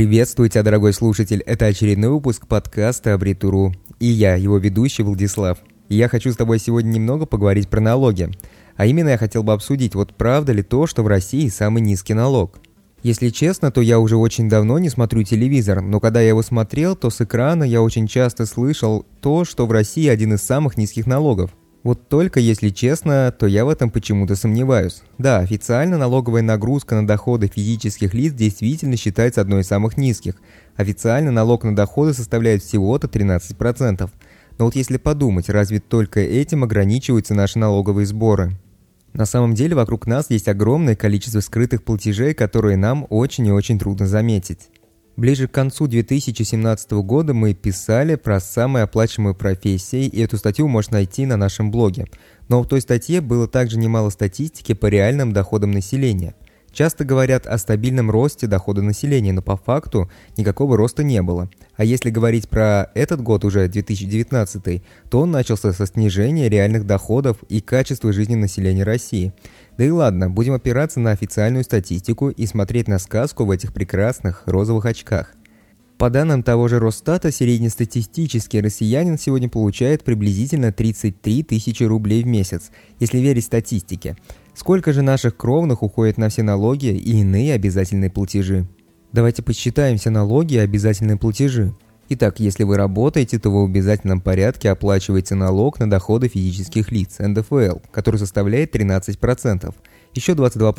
Приветствую тебя, дорогой слушатель. Это очередной выпуск подкаста Абритуру. И я, его ведущий Владислав. И я хочу с тобой сегодня немного поговорить про налоги. А именно я хотел бы обсудить, вот правда ли то, что в России самый низкий налог. Если честно, то я уже очень давно не смотрю телевизор, но когда я его смотрел, то с экрана я очень часто слышал то, что в России один из самых низких налогов. Вот только, если честно, то я в этом почему-то сомневаюсь. Да, официально налоговая нагрузка на доходы физических лиц действительно считается одной из самых низких. Официально налог на доходы составляет всего-то 13%. Но вот если подумать, разве только этим ограничиваются наши налоговые сборы? На самом деле вокруг нас есть огромное количество скрытых платежей, которые нам очень и очень трудно заметить. Ближе к концу 2017 года мы писали про самые оплачиваемые профессии, и эту статью можно найти на нашем блоге. Но в той статье было также немало статистики по реальным доходам населения. Часто говорят о стабильном росте дохода населения, но по факту никакого роста не было. А если говорить про этот год, уже 2019, то он начался со снижения реальных доходов и качества жизни населения России. Да и ладно, будем опираться на официальную статистику и смотреть на сказку в этих прекрасных розовых очках. По данным того же Росстата, среднестатистический россиянин сегодня получает приблизительно 33 тысячи рублей в месяц, если верить статистике. Сколько же наших кровных уходит на все налоги и иные обязательные платежи? Давайте посчитаем все налоги и обязательные платежи. Итак, если вы работаете, то вы в обязательном порядке оплачиваете налог на доходы физических лиц, НДФЛ, который составляет 13%. Еще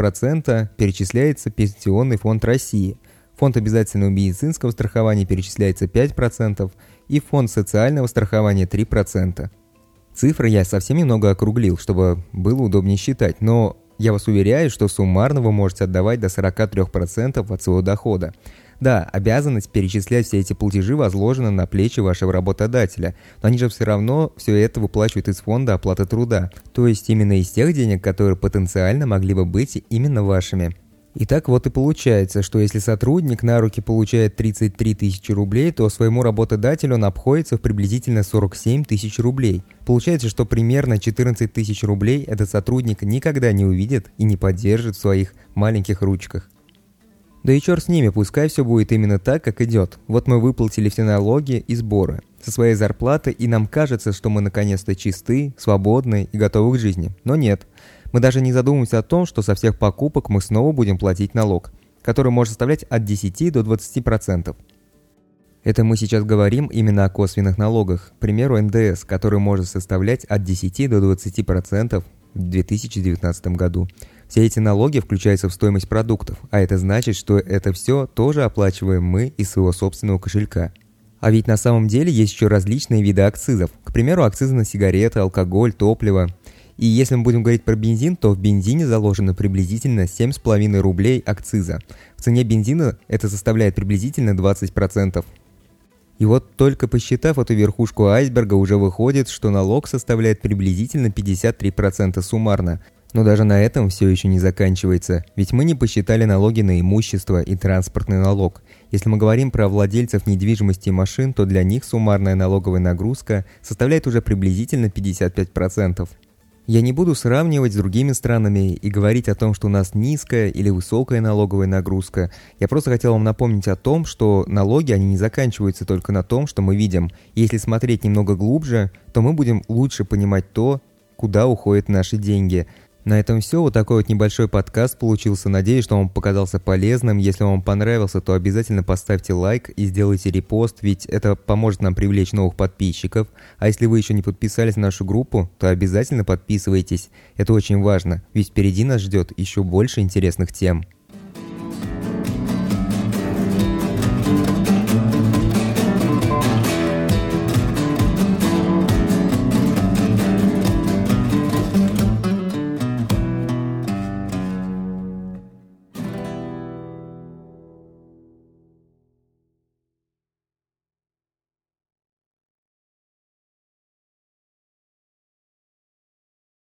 22% перечисляется Пенсионный фонд России. Фонд обязательного медицинского страхования перечисляется 5% и фонд социального страхования 3%. Цифры я совсем немного округлил, чтобы было удобнее считать, но я вас уверяю, что суммарно вы можете отдавать до 43% от своего дохода. Да, обязанность перечислять все эти платежи возложена на плечи вашего работодателя, но они же все равно все это выплачивают из фонда оплаты труда, то есть именно из тех денег, которые потенциально могли бы быть именно вашими. Итак, вот и получается, что если сотрудник на руки получает 33 тысячи рублей, то своему работодателю он обходится в приблизительно 47 тысяч рублей. Получается, что примерно 14 тысяч рублей этот сотрудник никогда не увидит и не поддержит в своих маленьких ручках. Да и черт с ними, пускай все будет именно так, как идет. Вот мы выплатили все налоги и сборы со своей зарплаты, и нам кажется, что мы наконец-то чисты, свободны и готовы к жизни. Но нет. Мы даже не задумываемся о том, что со всех покупок мы снова будем платить налог, который может составлять от 10 до 20%. Это мы сейчас говорим именно о косвенных налогах, к примеру, НДС, который может составлять от 10 до 20% в 2019 году. Все эти налоги включаются в стоимость продуктов, а это значит, что это все тоже оплачиваем мы из своего собственного кошелька. А ведь на самом деле есть еще различные виды акцизов, к примеру, акцизы на сигареты, алкоголь, топливо. И если мы будем говорить про бензин, то в бензине заложено приблизительно 7,5 рублей акциза. В цене бензина это составляет приблизительно 20%. И вот только посчитав эту верхушку айсберга, уже выходит, что налог составляет приблизительно 53% суммарно. Но даже на этом все еще не заканчивается, ведь мы не посчитали налоги на имущество и транспортный налог. Если мы говорим про владельцев недвижимости и машин, то для них суммарная налоговая нагрузка составляет уже приблизительно 55%. Я не буду сравнивать с другими странами и говорить о том, что у нас низкая или высокая налоговая нагрузка. Я просто хотел вам напомнить о том, что налоги, они не заканчиваются только на том, что мы видим. И если смотреть немного глубже, то мы будем лучше понимать то, куда уходят наши деньги. На этом все. Вот такой вот небольшой подкаст получился. Надеюсь, что он показался полезным. Если вам понравился, то обязательно поставьте лайк и сделайте репост, ведь это поможет нам привлечь новых подписчиков. А если вы еще не подписались на нашу группу, то обязательно подписывайтесь. Это очень важно, ведь впереди нас ждет еще больше интересных тем.